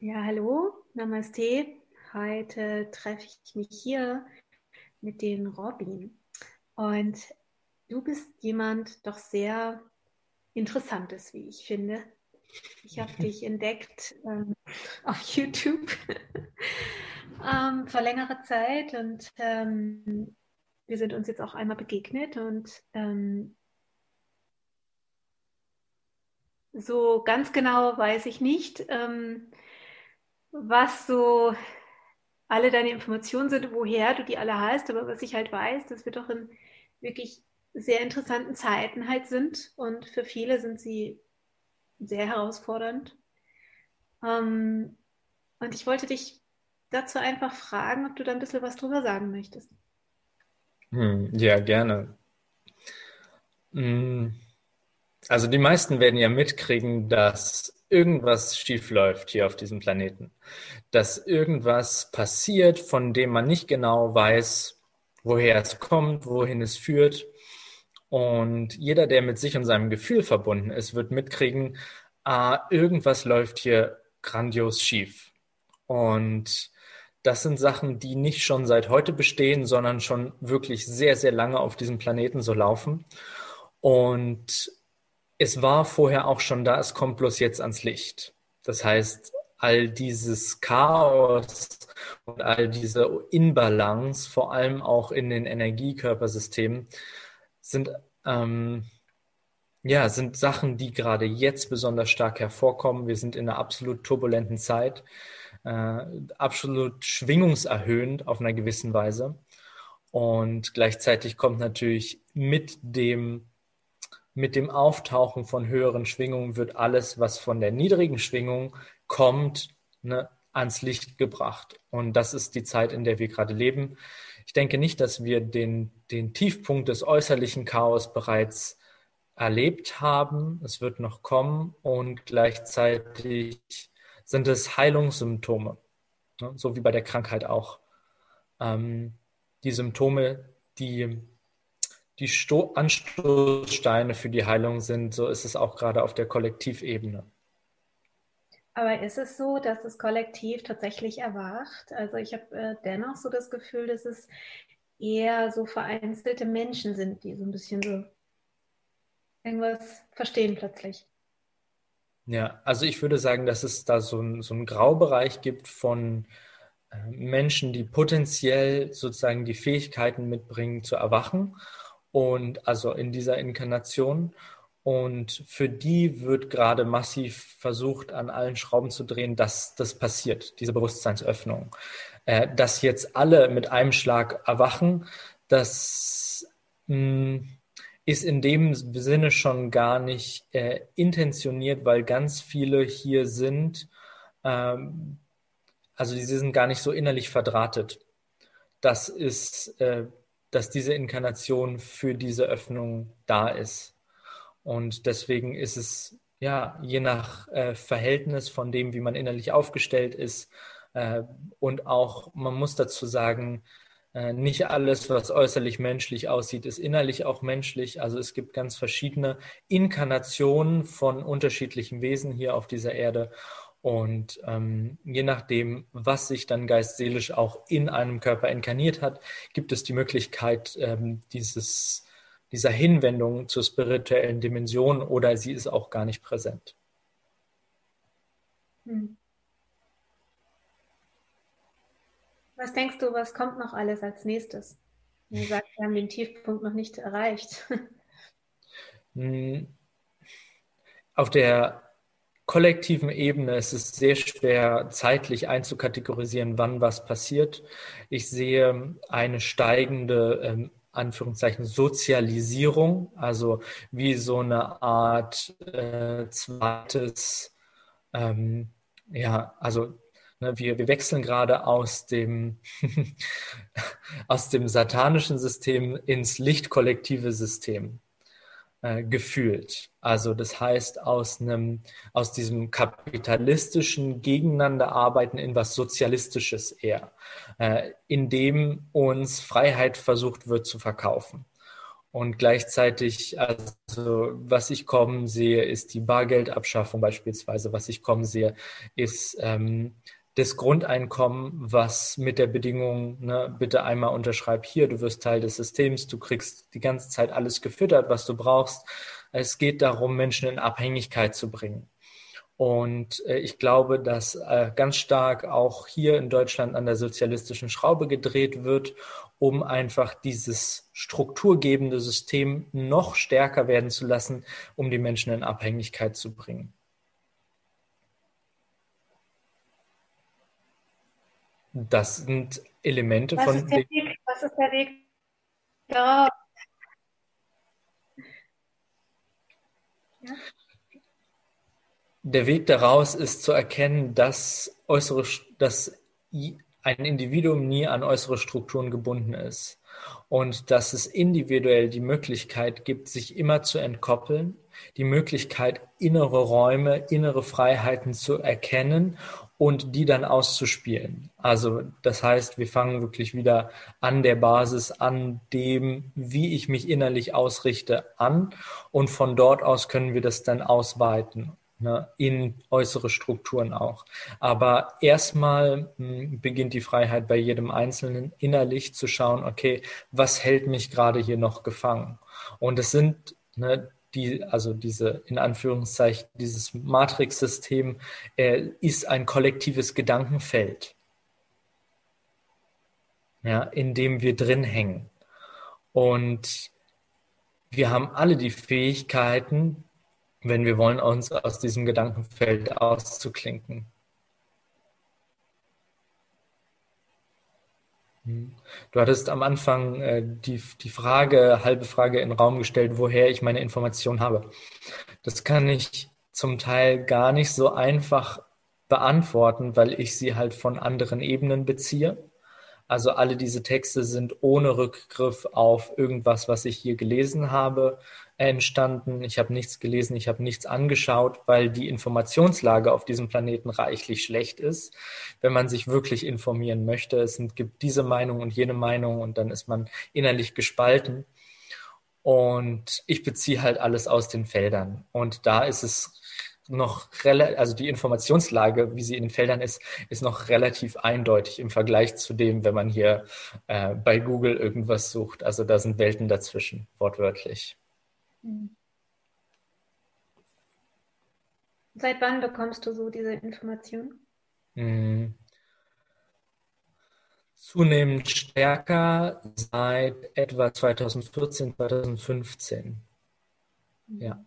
Ja, hallo, Namaste. Heute treffe ich mich hier mit den Robin. Und du bist jemand doch sehr Interessantes, wie ich finde. Ich habe dich entdeckt auf YouTube vor längerer Zeit und wir sind uns jetzt auch einmal begegnet und so ganz genau weiß ich nicht, was so alle deine Informationen sind, woher du die alle hast, aber was ich halt weiß, dass wir doch in wirklich sehr interessanten Zeiten halt sind und für viele sind sie sehr herausfordernd. Ähm, und ich wollte dich dazu einfach fragen, ob du da ein bisschen was drüber sagen möchtest. Ja, gerne. Mm, Also die meisten werden ja mitkriegen, dass irgendwas schief läuft hier auf diesem Planeten. Dass irgendwas passiert, von dem man nicht genau weiß, woher es kommt, wohin es führt. Und jeder, der mit sich und seinem Gefühl verbunden ist, wird mitkriegen, irgendwas läuft hier grandios schief. Und das sind Sachen, die nicht schon seit heute bestehen, sondern schon wirklich sehr, sehr lange auf diesem Planeten so laufen. Und es war vorher auch schon da, es kommt bloß jetzt ans Licht. Das heißt, all dieses Chaos und all diese Inbalance, vor allem auch in den Energiekörpersystemen, sind, ähm, ja, sind Sachen, die gerade jetzt besonders stark hervorkommen. Wir sind in einer absolut turbulenten Zeit, absolut schwingungserhöhend auf einer gewissen Weise. Und gleichzeitig kommt natürlich mit dem Auftauchen von höheren Schwingungen wird alles, was von der niedrigen Schwingung kommt, ne, ans Licht gebracht. Und das ist die Zeit, in der wir gerade leben. Ich denke nicht, dass wir den Tiefpunkt des äußerlichen Chaos bereits erlebt haben. Es wird noch kommen und gleichzeitig sind es Heilungssymptome, ne, so wie bei der Krankheit auch. Ähm, die Symptome, die Anstoßsteine für die Heilung sind, so ist es auch gerade auf der Kollektivebene. Aber ist es so, dass das Kollektiv tatsächlich erwacht? Also ich habe dennoch so das Gefühl, dass es eher so vereinzelte Menschen sind, die so ein bisschen so irgendwas verstehen plötzlich. Ja, also ich würde sagen, dass es da so einen Graubereich gibt von Menschen, die potenziell sozusagen die Fähigkeiten mitbringen zu erwachen und also in dieser Inkarnation. Und für die wird gerade massiv versucht, an allen Schrauben zu drehen, dass das passiert, diese Bewusstseinsöffnung. Dass jetzt alle mit einem Schlag erwachen, das mh, ist in dem Sinne schon gar nicht intentioniert, weil ganz viele hier sind, ähm, also die sind gar nicht so innerlich verdrahtet. Das ist, dass diese Inkarnation für diese Öffnung da ist. Und deswegen ist es ja je nach Verhältnis von dem, wie man innerlich aufgestellt ist. Äh, und auch, man muss dazu sagen, nicht alles, was äußerlich menschlich aussieht, ist innerlich auch menschlich. Also es gibt ganz verschiedene Inkarnationen von unterschiedlichen Wesen hier auf dieser Erde. Und je nachdem, was sich dann geist-seelisch auch in einem Körper inkarniert hat, gibt es die Möglichkeit, dieser Hinwendung zur spirituellen Dimension oder sie ist auch gar nicht präsent. Hm. Was denkst du, was kommt noch alles als nächstes? Er sagt, wir haben den Tiefpunkt noch nicht erreicht. Hm, Auf der kollektiven Ebene ist es sehr schwer, zeitlich einzukategorisieren, wann was passiert. Ich sehe eine steigende, Anführungszeichen, Sozialisierung, also wie so eine Art zweites, ähm, ja, also ne, wir wechseln gerade aus dem satanischen System ins lichtkollektive System gefühlt. Also das heißt, aus diesem kapitalistischen Gegeneinanderarbeiten in was Sozialistisches eher, in dem uns Freiheit versucht wird zu verkaufen. Und gleichzeitig, also was ich kommen sehe, ist die Bargeldabschaffung beispielsweise. Was ich kommen sehe, ist das Grundeinkommen, was mit der Bedingung, ne, bitte einmal unterschreib hier, du wirst Teil des Systems, du kriegst die ganze Zeit alles gefüttert, was du brauchst. Es geht darum, Menschen in Abhängigkeit zu bringen. Und ich glaube, dass ganz stark auch hier in Deutschland an der sozialistischen Schraube gedreht wird, um einfach dieses strukturgebende System noch stärker werden zu lassen, um die Menschen in Abhängigkeit zu bringen. Das sind Elemente Was ist von der den. Weg? Was ist der Weg daraus? Ja? Der Weg daraus ist zu erkennen, dass ein Individuum nie an äußere Strukturen gebunden ist und dass es individuell die Möglichkeit gibt, sich immer zu entkoppeln, die Möglichkeit, innere Räume, innere Freiheiten zu erkennen und die dann auszuspielen. Also das heißt, wir fangen wirklich wieder an der Basis, an dem, wie ich mich innerlich ausrichte, an und von dort aus können wir das dann ausweiten, ne, in äußere Strukturen auch. Aber erstmal beginnt die Freiheit bei jedem Einzelnen innerlich zu schauen, okay, was hält mich gerade hier noch gefangen? Und es sind, ne, also diese, in Anführungszeichen, dieses Matrix-System ist ein kollektives Gedankenfeld, ja, in dem wir drin hängen. Und wir haben alle die Fähigkeiten, wenn wir wollen, uns aus diesem Gedankenfeld auszuklinken. Du hattest am Anfang halbe Frage in den Raum gestellt, woher ich meine Informationen habe. Das kann ich zum Teil gar nicht so einfach beantworten, weil ich sie halt von anderen Ebenen beziehe. Also alle diese Texte sind ohne Rückgriff auf irgendwas, was ich hier gelesen habe, entstanden. Ich habe nichts gelesen, ich habe nichts angeschaut, weil die Informationslage auf diesem Planeten reichlich schlecht ist, wenn man sich wirklich informieren möchte. Gibt diese Meinung und jene Meinung und dann ist man innerlich gespalten. Und ich beziehe halt alles aus den Feldern. Und da ist es also die Informationslage, wie sie in den Feldern ist noch relativ eindeutig im Vergleich zu dem, wenn man hier bei Google irgendwas sucht. Also da sind Welten dazwischen, wortwörtlich. Seit wann bekommst du so diese Information? Hm. Zunehmend stärker seit etwa 2014, 2015. Ja.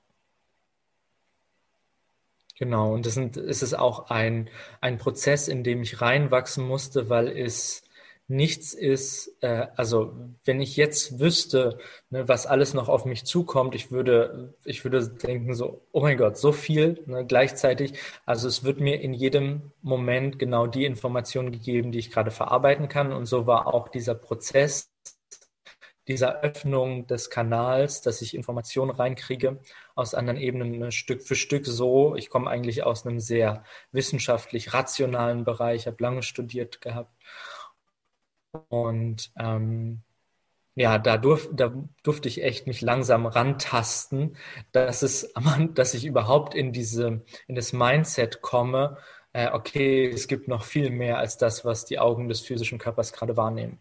Genau, und es ist auch ein Prozess, in dem ich reinwachsen musste, weil es nichts ist, also wenn ich jetzt wüsste, ne, was alles noch auf mich zukommt, ich würde denken so, oh mein Gott, so viel, ne, gleichzeitig. Also es wird mir in jedem Moment genau die Information gegeben, die ich gerade verarbeiten kann. Und so war auch dieser Prozess dieser Öffnung des Kanals, dass ich Informationen reinkriege aus anderen Ebenen, ne, Stück für Stück so. Ich komme eigentlich aus einem sehr wissenschaftlich rationalen Bereich, habe lange studiert gehabt und ja, da durfte ich echt mich langsam rantasten, dass ich überhaupt in das Mindset komme, okay, es gibt noch viel mehr als das, was die Augen des physischen Körpers gerade wahrnehmen.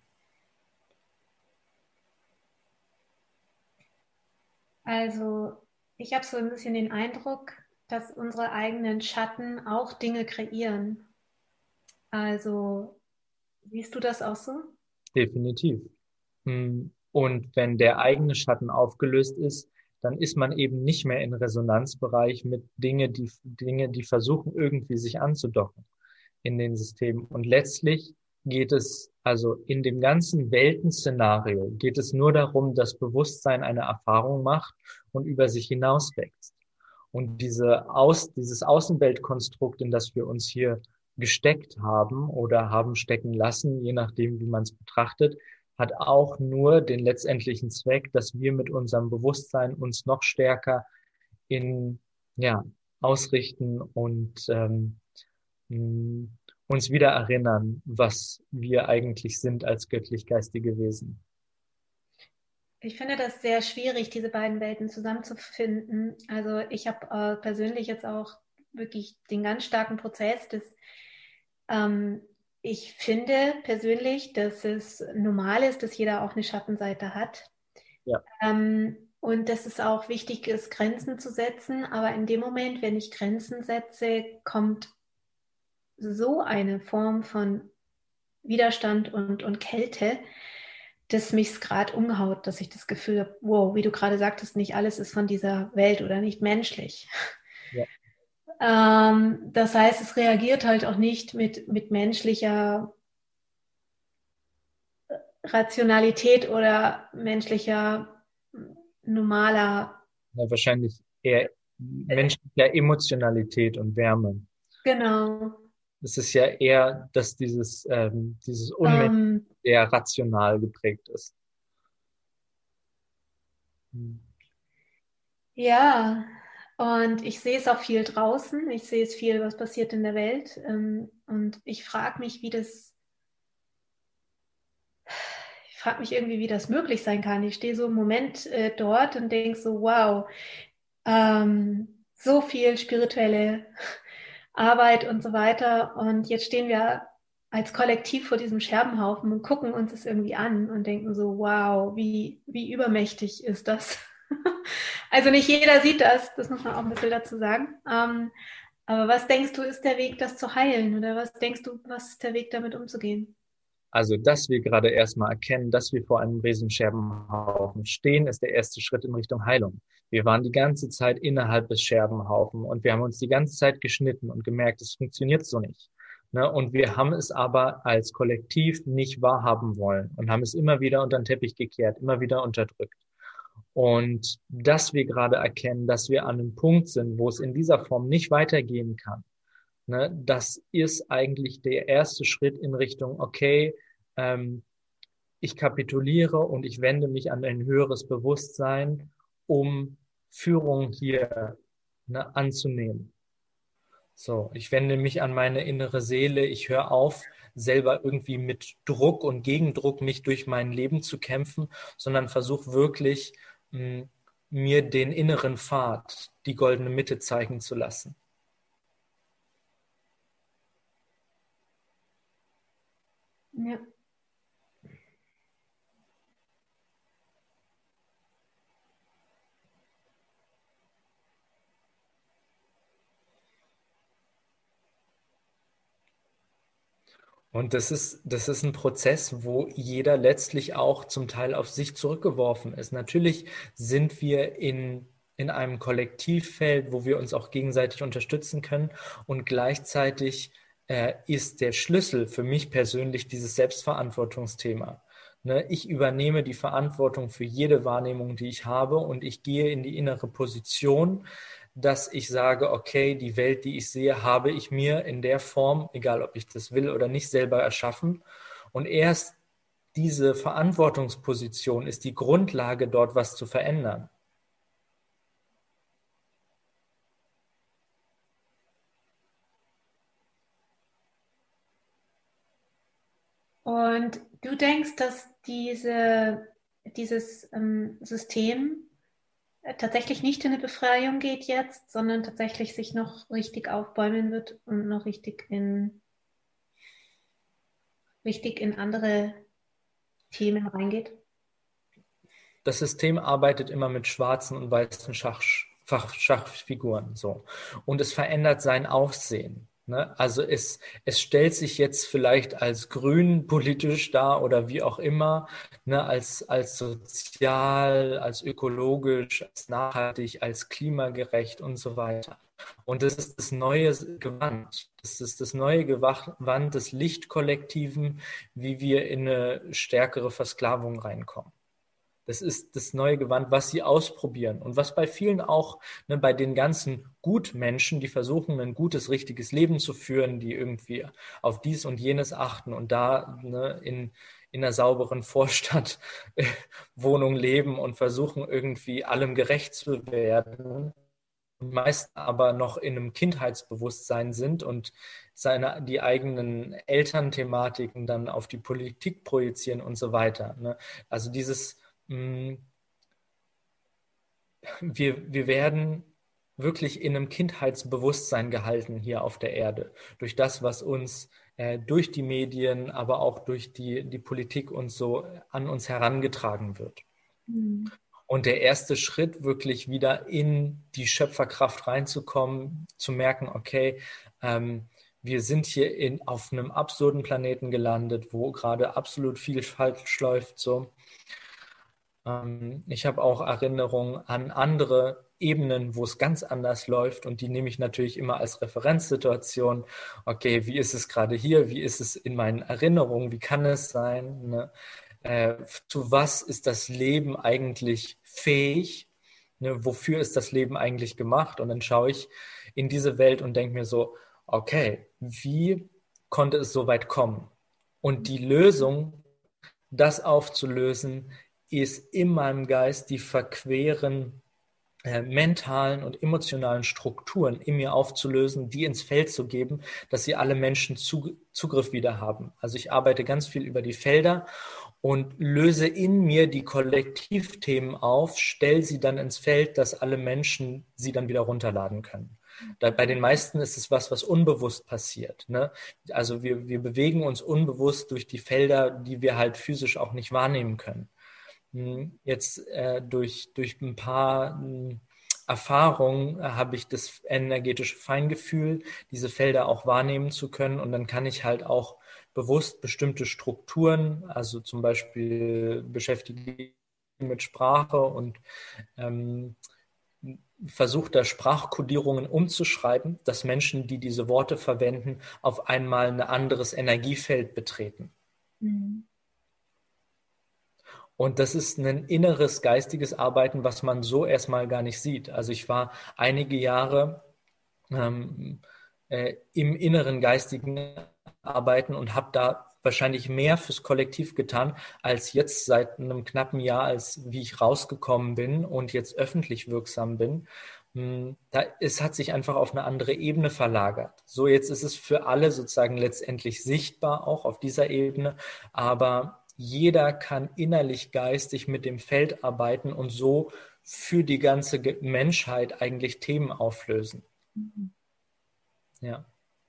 Also, ich habe so ein bisschen den Eindruck, dass unsere eigenen Schatten auch Dinge kreieren. Also, siehst du das auch so? Definitiv. Und wenn der eigene Schatten aufgelöst ist, dann ist man eben nicht mehr im Resonanzbereich mit Dinge, die versuchen, irgendwie sich anzudocken in den Systemen. Und letztlich geht es, also in dem ganzen Weltenszenario, geht es nur darum, dass Bewusstsein eine Erfahrung macht und über sich hinaus wächst. Und dieses Außenweltkonstrukt, in das wir uns hier gesteckt haben oder haben stecken lassen, je nachdem, wie man es betrachtet, hat auch nur den letztendlichen Zweck, dass wir mit unserem Bewusstsein uns noch stärker in, ja, ausrichten und mh, uns wieder erinnern, was wir eigentlich sind als göttlich-geistige Wesen. Ich finde das sehr schwierig, diese beiden Welten zusammenzufinden. Also ich habe persönlich jetzt auch wirklich den ganz starken Prozess ähm, ich finde persönlich, dass es normal ist, dass jeder auch eine Schattenseite hat. Ja, Und dass es auch wichtig ist, Grenzen zu setzen. Aber in dem Moment, wenn ich Grenzen setze, kommt so eine Form von Widerstand und Kälte, dass mich es gerade umhaut, dass ich das Gefühl habe, wow, wie du gerade sagtest, nicht alles ist von dieser Welt oder nicht menschlich. ja. Das heißt, es reagiert halt auch nicht mit menschlicher Rationalität oder menschlicher, normaler, Ja, wahrscheinlich eher menschlicher Emotionalität und Wärme. genau. Es ist ja eher, dass dieses Unmenschliche Ähm, eher rational geprägt ist. Hm. ja, und ich sehe es auch viel draußen. Ich sehe es viel, was passiert in der Welt. Und ich frage mich irgendwie, wie das möglich sein kann. Ich stehe so im Moment dort und denke so, wow, so viel spirituelle Arbeit und so weiter. Und jetzt stehen wir als Kollektiv vor diesem Scherbenhaufen und gucken uns das irgendwie an und denken so, wow, wie übermächtig ist das? Also nicht jeder sieht das, das muss man auch ein bisschen dazu sagen. Aber was denkst du, ist der Weg, das zu heilen? Oder was denkst du, was ist der Weg, damit umzugehen? Also, dass wir gerade erstmal erkennen, dass wir vor einem Riesenscherbenhaufen stehen, ist der erste Schritt in Richtung Heilung. Wir waren die ganze Zeit innerhalb des Scherbenhaufen und wir haben uns die ganze Zeit geschnitten und gemerkt, es funktioniert so nicht. Ne? Und wir haben es aber als Kollektiv nicht wahrhaben wollen und haben es immer wieder unter den Teppich gekehrt, immer wieder unterdrückt. Und dass wir gerade erkennen, dass wir an einem Punkt sind, wo es in dieser Form nicht weitergehen kann, ne, das ist eigentlich der erste Schritt in Richtung, okay, ähm, ich kapituliere und ich wende mich an ein höheres Bewusstsein, um Führung hier, ne, anzunehmen. So, ich wende mich an meine innere Seele. Ich höre auf, selber irgendwie mit Druck und Gegendruck mich durch mein Leben zu kämpfen, sondern versuche wirklich, mir den inneren Pfad, die goldene Mitte zeigen zu lassen. Ja. Und das ist ein Prozess, wo jeder letztlich auch zum Teil auf sich zurückgeworfen ist. Natürlich sind wir in einem Kollektivfeld, wo wir uns auch gegenseitig unterstützen können. Und gleichzeitig ist der Schlüssel für mich persönlich dieses Selbstverantwortungsthema. Ne, ich übernehme die Verantwortung für jede Wahrnehmung, die ich habe, und ich gehe in die innere Position, dass ich sage, okay, die Welt, die ich sehe, habe ich mir in der Form, egal ob ich das will oder nicht, selber erschaffen. Und erst diese Verantwortungsposition ist die Grundlage, dort was zu verändern. Und du denkst, dass dieses System tatsächlich nicht in eine Befreiung geht jetzt, sondern tatsächlich sich noch richtig aufbäumen wird und noch richtig in andere Themen reingeht. Das System arbeitet immer mit schwarzen und weißen Schachfiguren so. Und es verändert sein Aussehen. Ne? Also es stellt sich jetzt vielleicht als grün politisch dar oder wie auch immer, ne? Als sozial, als ökologisch, als nachhaltig, als klimagerecht und so weiter. Und das ist das neue Gewand. Das ist das neue Gewand des Lichtkollektiven, wie wir in eine stärkere Versklavung reinkommen. Das ist das neue Gewand, was sie ausprobieren und was bei vielen auch, ne, bei den ganzen Gutmenschen, die versuchen, ein gutes, richtiges Leben zu führen, die irgendwie auf dies und jenes achten und da, ne, in einer sauberen Vorstadt Wohnung leben und versuchen, irgendwie allem gerecht zu werden, meist aber noch in einem Kindheitsbewusstsein sind und die eigenen Elternthematiken dann auf die Politik projizieren und so weiter. Ne? Also dieses wir werden wirklich in einem Kindheitsbewusstsein gehalten hier auf der Erde. Durch das, was uns durch die Medien, aber auch durch die Politik und so an uns herangetragen wird. Mhm. Und der erste Schritt, wirklich wieder in die Schöpferkraft reinzukommen, zu merken, okay, wir sind hier auf einem absurden Planeten gelandet, wo gerade absolut viel falsch läuft. So. Ich habe auch Erinnerungen an andere Ebenen, wo es ganz anders läuft, und die nehme ich natürlich immer als Referenzsituation. Okay, wie ist es gerade hier? Wie ist es in meinen Erinnerungen? Wie kann es sein? Ne? Zu was ist das Leben eigentlich fähig? Ne? Wofür ist das Leben eigentlich gemacht? Und dann schaue ich in diese Welt und denke mir so, okay, wie konnte es so weit kommen? Und die Lösung, das aufzulösen, ist in meinem Geist die verqueren mentalen und emotionalen Strukturen in mir aufzulösen, die ins Feld zu geben, dass sie alle Menschen Zugriff wieder haben. Also ich arbeite ganz viel über die Felder und löse in mir die Kollektivthemen auf, stelle sie dann ins Feld, dass alle Menschen sie dann wieder runterladen können. Bei den meisten ist es was unbewusst passiert. Ne? Also wir bewegen uns unbewusst durch die Felder, die wir halt physisch auch nicht wahrnehmen können. Jetzt durch ein paar Erfahrungen habe ich das energetische Feingefühl, diese Felder auch wahrnehmen zu können, und dann kann ich halt auch bewusst bestimmte Strukturen, also zum Beispiel beschäftige ich mich mit Sprache und ähm, versuche da Sprachkodierungen umzuschreiben, dass Menschen, die diese Worte verwenden, auf einmal ein anderes Energiefeld betreten. Mhm. Und das ist ein inneres geistiges Arbeiten, was man so erstmal gar nicht sieht. Also ich war einige Jahre im inneren geistigen Arbeiten und habe da wahrscheinlich mehr fürs Kollektiv getan, als jetzt seit einem knappen Jahr, als wie ich rausgekommen bin und jetzt öffentlich wirksam bin. Es hat sich einfach auf eine andere Ebene verlagert. So, jetzt ist es für alle sozusagen letztendlich sichtbar, auch auf dieser Ebene, aber jeder kann innerlich geistig mit dem Feld arbeiten und so für die ganze Menschheit eigentlich Themen auflösen. Mhm. Ja.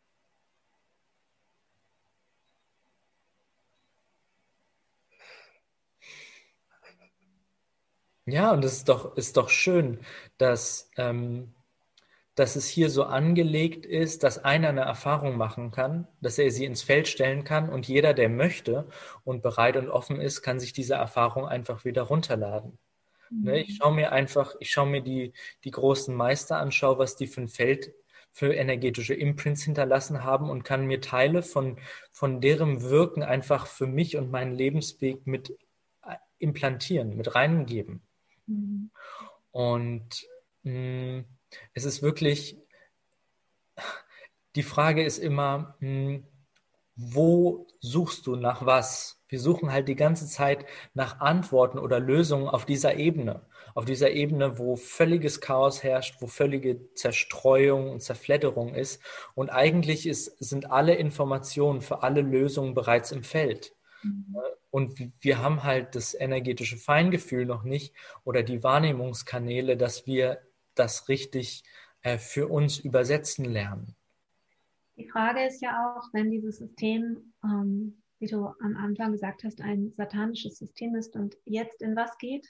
Ja, und es ist doch schön, dass, dass es hier so angelegt ist, dass einer eine Erfahrung machen kann, dass er sie ins Feld stellen kann, und jeder, der möchte und bereit und offen ist, kann sich diese Erfahrung einfach wieder runterladen. Ne, Mhm. ich schaue mir die großen Meister an, schaue, was die für ein Feld für energetische Imprints hinterlassen haben, und kann mir Teile von deren Wirken einfach für mich und meinen Lebensweg mit implantieren, mit reingeben. Mhm. Und mh, es ist wirklich, die Frage ist immer, wo suchst du nach was? Wir suchen halt die ganze Zeit nach Antworten oder Lösungen auf dieser Ebene, wo völliges Chaos herrscht, wo völlige Zerstreuung und Zerfledderung ist. Und eigentlich sind alle Informationen für alle Lösungen bereits im Feld. Mhm. Und wir haben halt das energetische Feingefühl noch nicht oder die Wahrnehmungskanäle, dass wir das richtig für uns übersetzen lernen. Die Frage ist ja auch, wenn dieses System, wie du am Anfang gesagt hast, ein satanisches System ist und jetzt in was geht?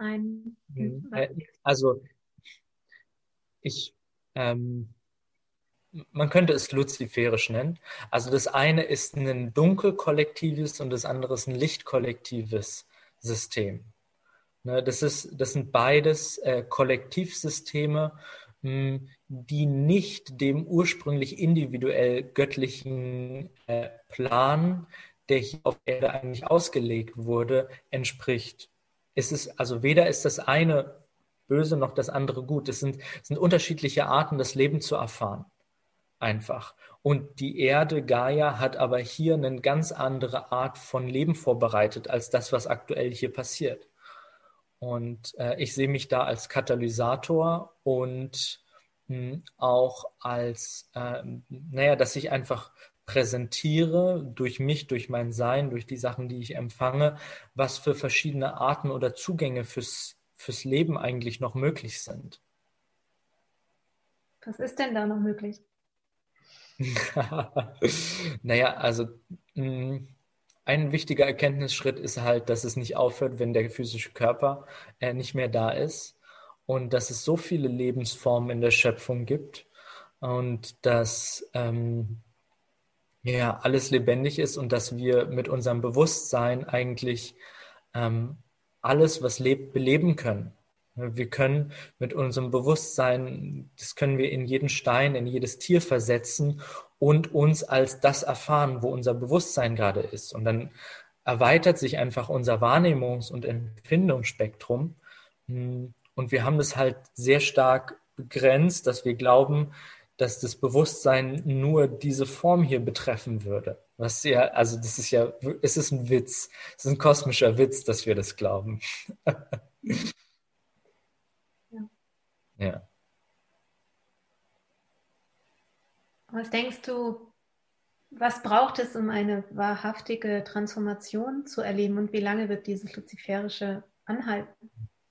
Also ich, ähm, man könnte es luziferisch nennen. Also das eine ist ein dunkelkollektives und das andere ist ein lichtkollektives System. Ne, das sind beides Kollektivsysteme, die nicht dem ursprünglich individuell göttlichen Plan, der hier auf Erde eigentlich ausgelegt wurde, entspricht. Also weder ist das eine böse noch das andere gut. Es sind unterschiedliche Arten, das Leben zu erfahren. Einfach. Und die Erde, Gaia, hat aber hier eine ganz andere Art von Leben vorbereitet als das, was aktuell hier passiert. Und ich sehe mich da als Katalysator und auch als, naja, dass ich einfach präsentiere durch mich, durch mein Sein, durch die Sachen, die ich empfange, was für verschiedene Arten oder Zugänge fürs Leben eigentlich noch möglich sind. Was ist denn da noch möglich? Naja, also ein wichtiger Erkenntnisschritt ist halt, dass es nicht aufhört, wenn der physische Körper nicht mehr da ist und dass es so viele Lebensformen in der Schöpfung gibt und dass ja alles lebendig ist und dass wir mit unserem Bewusstsein eigentlich ähm, alles, was lebt, beleben können. Wir können mit unserem Bewusstsein, das können wir in jeden Stein, in jedes Tier versetzen und uns als das erfahren, wo unser Bewusstsein gerade ist. Und dann erweitert sich einfach unser Wahrnehmungs- und Empfindungsspektrum. Und wir haben das halt sehr stark begrenzt, dass wir glauben, dass das Bewusstsein nur diese Form hier betreffen würde. Was ja, also das ist ja, es ist ein Witz, es ist ein kosmischer Witz, dass wir das glauben. Ja. Ja. Was denkst du, was braucht es, um eine wahrhaftige Transformation zu erleben und wie lange wird dieses Luziferische anhalten?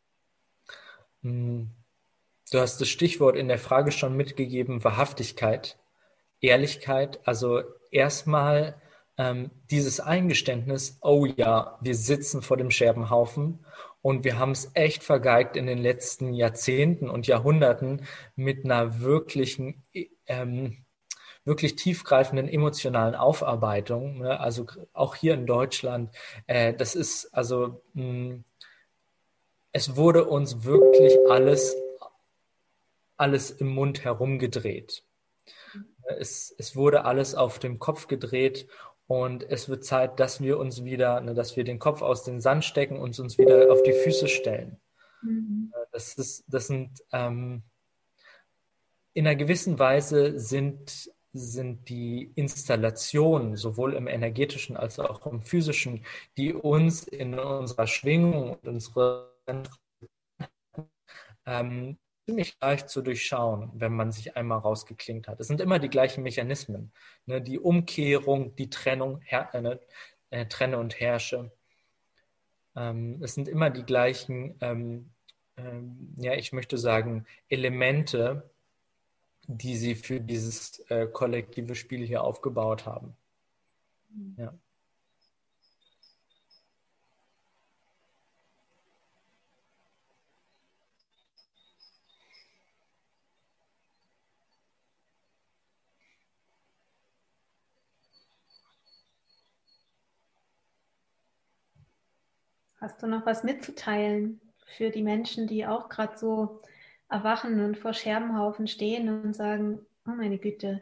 Du hast das Stichwort in der Frage schon mitgegeben, Wahrhaftigkeit, Ehrlichkeit. Also erstmal dieses Eingeständnis, oh ja, wir sitzen vor dem Scherbenhaufen und wir haben es echt vergeigt in den letzten Jahrzehnten und Jahrhunderten mit einer wirklich tiefgreifenden emotionalen Aufarbeitung. Ne? Also auch hier in Deutschland, das ist also es wurde uns wirklich alles im Mund herumgedreht. Es wurde alles auf dem Kopf gedreht und es wird Zeit, dass wir uns wieder, ne, dass wir den Kopf aus den Sand stecken und uns wieder auf die Füße stellen. Mhm. Das sind in einer gewissen Weise sind die Installationen, sowohl im energetischen als auch im physischen, die uns in unserer Schwingung und unserer ziemlich leicht zu durchschauen, wenn man sich einmal rausgeklinkt hat. Es sind immer die gleichen Mechanismen. Ne? Die Umkehrung, die Trennung, trenne und herrsche. Es sind immer die gleichen, ja, ich möchte sagen, Elemente, die sie für dieses kollektive Spiel hier aufgebaut haben. Ja. Hast du noch was mitzuteilen für die Menschen, die auch gerade so erwachen und vor Scherbenhaufen stehen und sagen, oh meine Güte,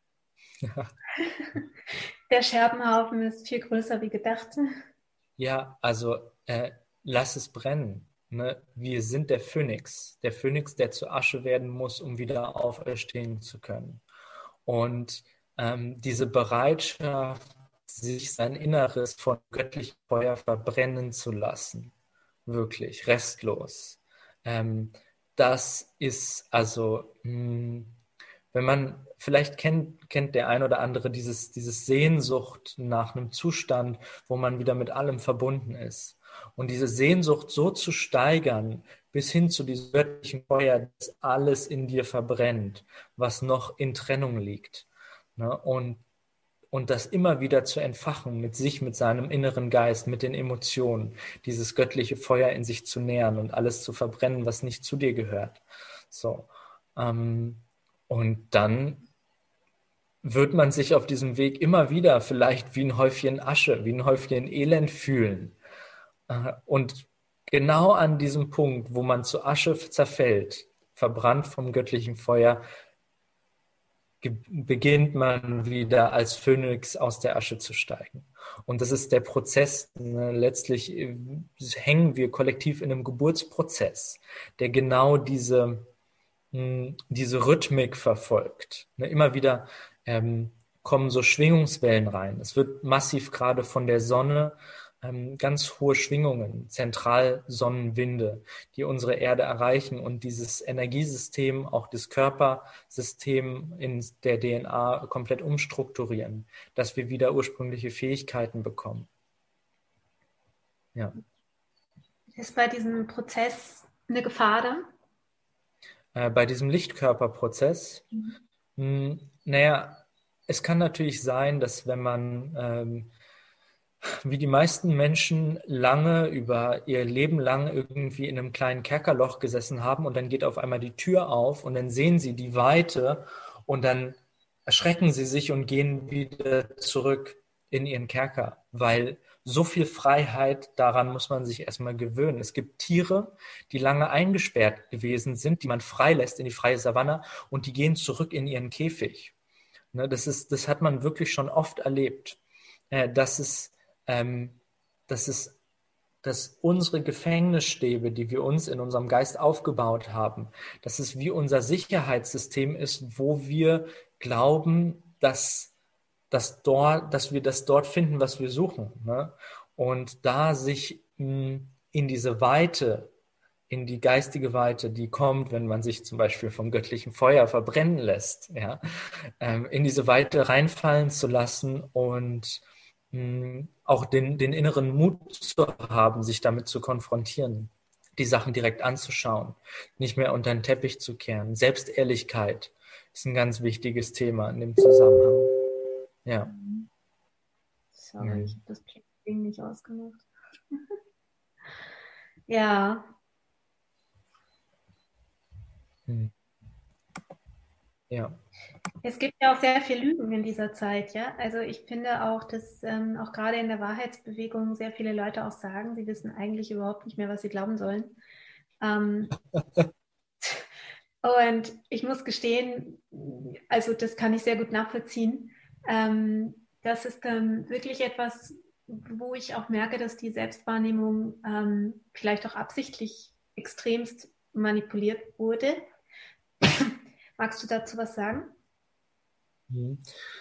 der Scherbenhaufen ist viel größer wie gedacht. Ja, also lass es brennen. Ne? Wir sind der Phönix, der zu Asche werden muss, um wieder auferstehen zu können. Und diese Bereitschaft, sich sein Inneres von göttlichem Feuer verbrennen zu lassen, wirklich restlos, ähm, das ist also wenn man, vielleicht kennt der ein oder andere dieses Sehnsucht nach einem Zustand, wo man wieder mit allem verbunden ist. Und diese Sehnsucht so zu steigern, bis hin zu diesem göttlichen Feuer, das alles in dir verbrennt, was noch in Trennung liegt. Ne? Und das immer wieder zu entfachen mit sich, mit seinem inneren Geist, mit den Emotionen, dieses göttliche Feuer in sich zu nähern und alles zu verbrennen, was nicht zu dir gehört. So. Ähm, und dann wird man sich auf diesem Weg immer wieder vielleicht wie ein Häufchen Asche, wie ein Häufchen Elend fühlen. Und genau an diesem Punkt, wo man zu Asche zerfällt, verbrannt vom göttlichen Feuer, beginnt man wieder als Phönix aus der Asche zu steigen. Und das ist der Prozess. Ne? Letztlich hängen wir kollektiv in einem Geburtsprozess, der genau diese Rhythmik verfolgt. Ne? Immer wieder kommen so Schwingungswellen rein. Es wird massiv gerade von der Sonne ganz hohe Schwingungen, Zentralsonnenwinde, die unsere Erde erreichen und dieses Energiesystem, auch das Körpersystem in der DNA komplett umstrukturieren, dass wir wieder ursprüngliche Fähigkeiten bekommen. Ja. Ist bei diesem Prozess eine Gefahr dann? Bei diesem Lichtkörperprozess, Mhm. naja, es kann natürlich sein, dass wenn man wie die meisten Menschen lange über ihr Leben lang irgendwie in einem kleinen Kerkerloch gesessen haben und dann geht auf einmal die Tür auf und dann sehen sie die Weite und dann erschrecken sie sich und gehen wieder zurück in ihren Kerker, weil so viel Freiheit, daran muss man sich erstmal gewöhnen. Es gibt Tiere, die lange eingesperrt gewesen sind, die man freilässt in die freie Savanne und die gehen zurück in ihren Käfig. Ne, das hat man wirklich schon oft erlebt, dass ähm, dass es, dass unsere Gefängnisstäbe, die wir uns in unserem Geist aufgebaut haben, dass es wie unser Sicherheitssystem ist, wo wir glauben, dass wir das dort finden, was wir suchen. Ne? Und da sich in diese Weite, in die geistige Weite, die kommt, wenn man sich zum Beispiel vom göttlichen Feuer verbrennen lässt, ja, in diese Weite reinfallen zu lassen und auch den inneren Mut zu haben, sich damit zu konfrontieren, die Sachen direkt anzuschauen, nicht mehr unter den Teppich zu kehren. Selbstehrlichkeit ist ein ganz wichtiges Thema in dem Zusammenhang. Ja. Mhm. Sorry, ich Mhm. habe das Ding nicht ausgemacht. Ja, Mhm. Ja. es gibt ja auch sehr viel Lügen in dieser Zeit, ja. Also ich finde auch, dass auch gerade in der Wahrheitsbewegung sehr viele Leute auch sagen, sie wissen eigentlich überhaupt nicht mehr, was sie glauben sollen. Ähm, und ich muss gestehen, also das kann ich sehr gut nachvollziehen. Das ist dann wirklich etwas, wo ich auch merke, dass die Selbstwahrnehmung vielleicht auch absichtlich extremst manipuliert wurde. Magst du dazu was sagen? Mhm.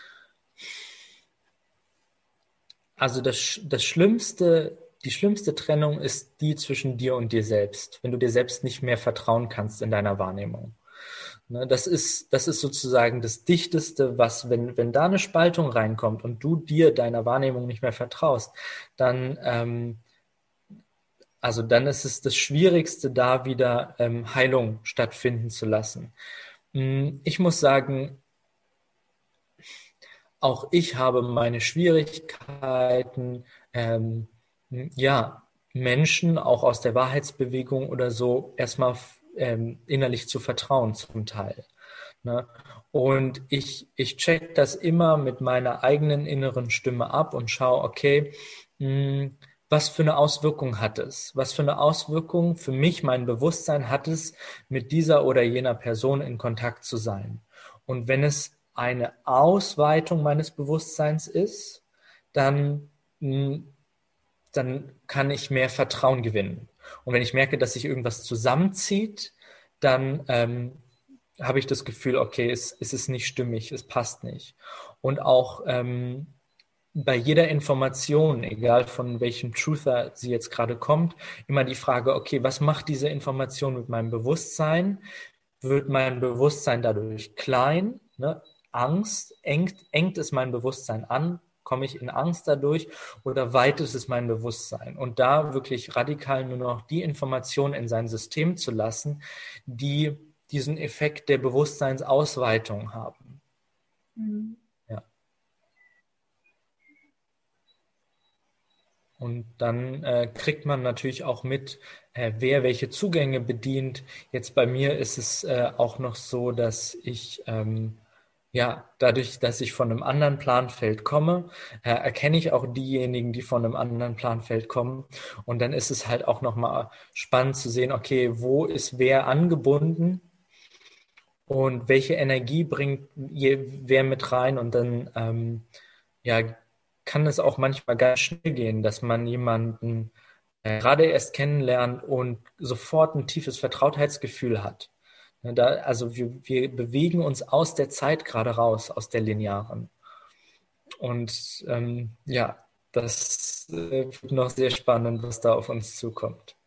Also das Schlimmste, die schlimmste Trennung ist die zwischen dir und dir selbst, wenn du dir selbst nicht mehr vertrauen kannst in deiner Wahrnehmung. Ne, das ist sozusagen das Dichteste, was, wenn da eine Spaltung reinkommt und du dir deiner Wahrnehmung nicht mehr vertraust, dann, also dann ist es das Schwierigste, da wieder Heilung stattfinden zu lassen. Ich muss sagen, auch ich habe meine Schwierigkeiten, ja, Menschen auch aus der Wahrheitsbewegung oder so erstmal innerlich zu vertrauen zum Teil. Ne? Und ich check das immer mit meiner eigenen inneren Stimme ab und schaue, okay, mh, was für eine Auswirkung hat es? Was für eine Auswirkung für mich, mein Bewusstsein hat es, mit dieser oder jener Person in Kontakt zu sein? Und wenn es eine Ausweitung meines Bewusstseins ist, dann, mh, dann kann ich mehr Vertrauen gewinnen. Und wenn ich merke, dass sich irgendwas zusammenzieht, dann habe ich das Gefühl, okay, es ist nicht stimmig, es passt nicht. Und auch bei jeder Information, egal von welchem Truther sie jetzt gerade kommt, immer die Frage, okay, was macht diese Information mit meinem Bewusstsein? Wird mein Bewusstsein dadurch klein? Ne? Angst, engt es mein Bewusstsein an? Komme ich in Angst dadurch oder weitet es mein Bewusstsein? Und da wirklich radikal nur noch die Informationen in sein System zu lassen, die diesen Effekt der Bewusstseinsausweitung haben. Mhm. Ja. Und dann kriegt man natürlich auch mit, wer welche Zugänge bedient. Jetzt bei mir ist es auch noch so, dass ich ja dadurch, dass ich von einem anderen Planfeld komme, erkenne ich auch diejenigen, die von einem anderen Planfeld kommen. Und dann ist es halt auch nochmal spannend zu sehen, okay, wo ist wer angebunden und welche Energie bringt wer mit rein. Und dann ja, kann es auch manchmal ganz schnell gehen, dass man jemanden gerade erst kennenlernt und sofort ein tiefes Vertrautheitsgefühl hat. Ne, also wir bewegen uns aus der Zeit gerade raus, aus der linearen. Und ja, das wird noch sehr spannend, was da auf uns zukommt.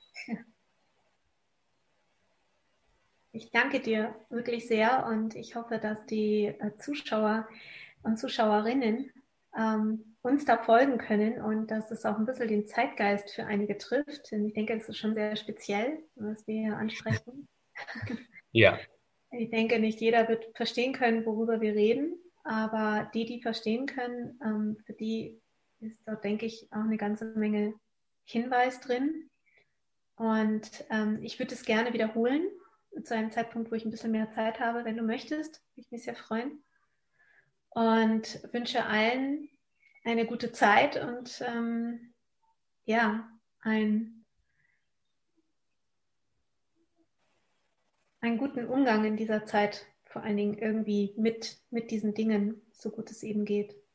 Ich danke dir wirklich sehr und ich hoffe, dass die Zuschauer und Zuschauerinnen uns da folgen können und dass es auch ein bisschen den Zeitgeist für einige trifft. Denn ich denke, das ist schon sehr speziell, was wir hier ansprechen. Ja. Ich denke, nicht jeder wird verstehen können, worüber wir reden, aber die, die verstehen können, für die ist dort, denke ich, auch eine ganze Menge Hinweis drin. Und ich würde es gerne wiederholen, zu einem Zeitpunkt, wo ich ein bisschen mehr Zeit habe, wenn du möchtest. Würde ich mich sehr freuen. Und wünsche allen eine gute Zeit und ja, einen guten Umgang in dieser Zeit, vor allen Dingen irgendwie mit diesen Dingen, so gut es eben geht.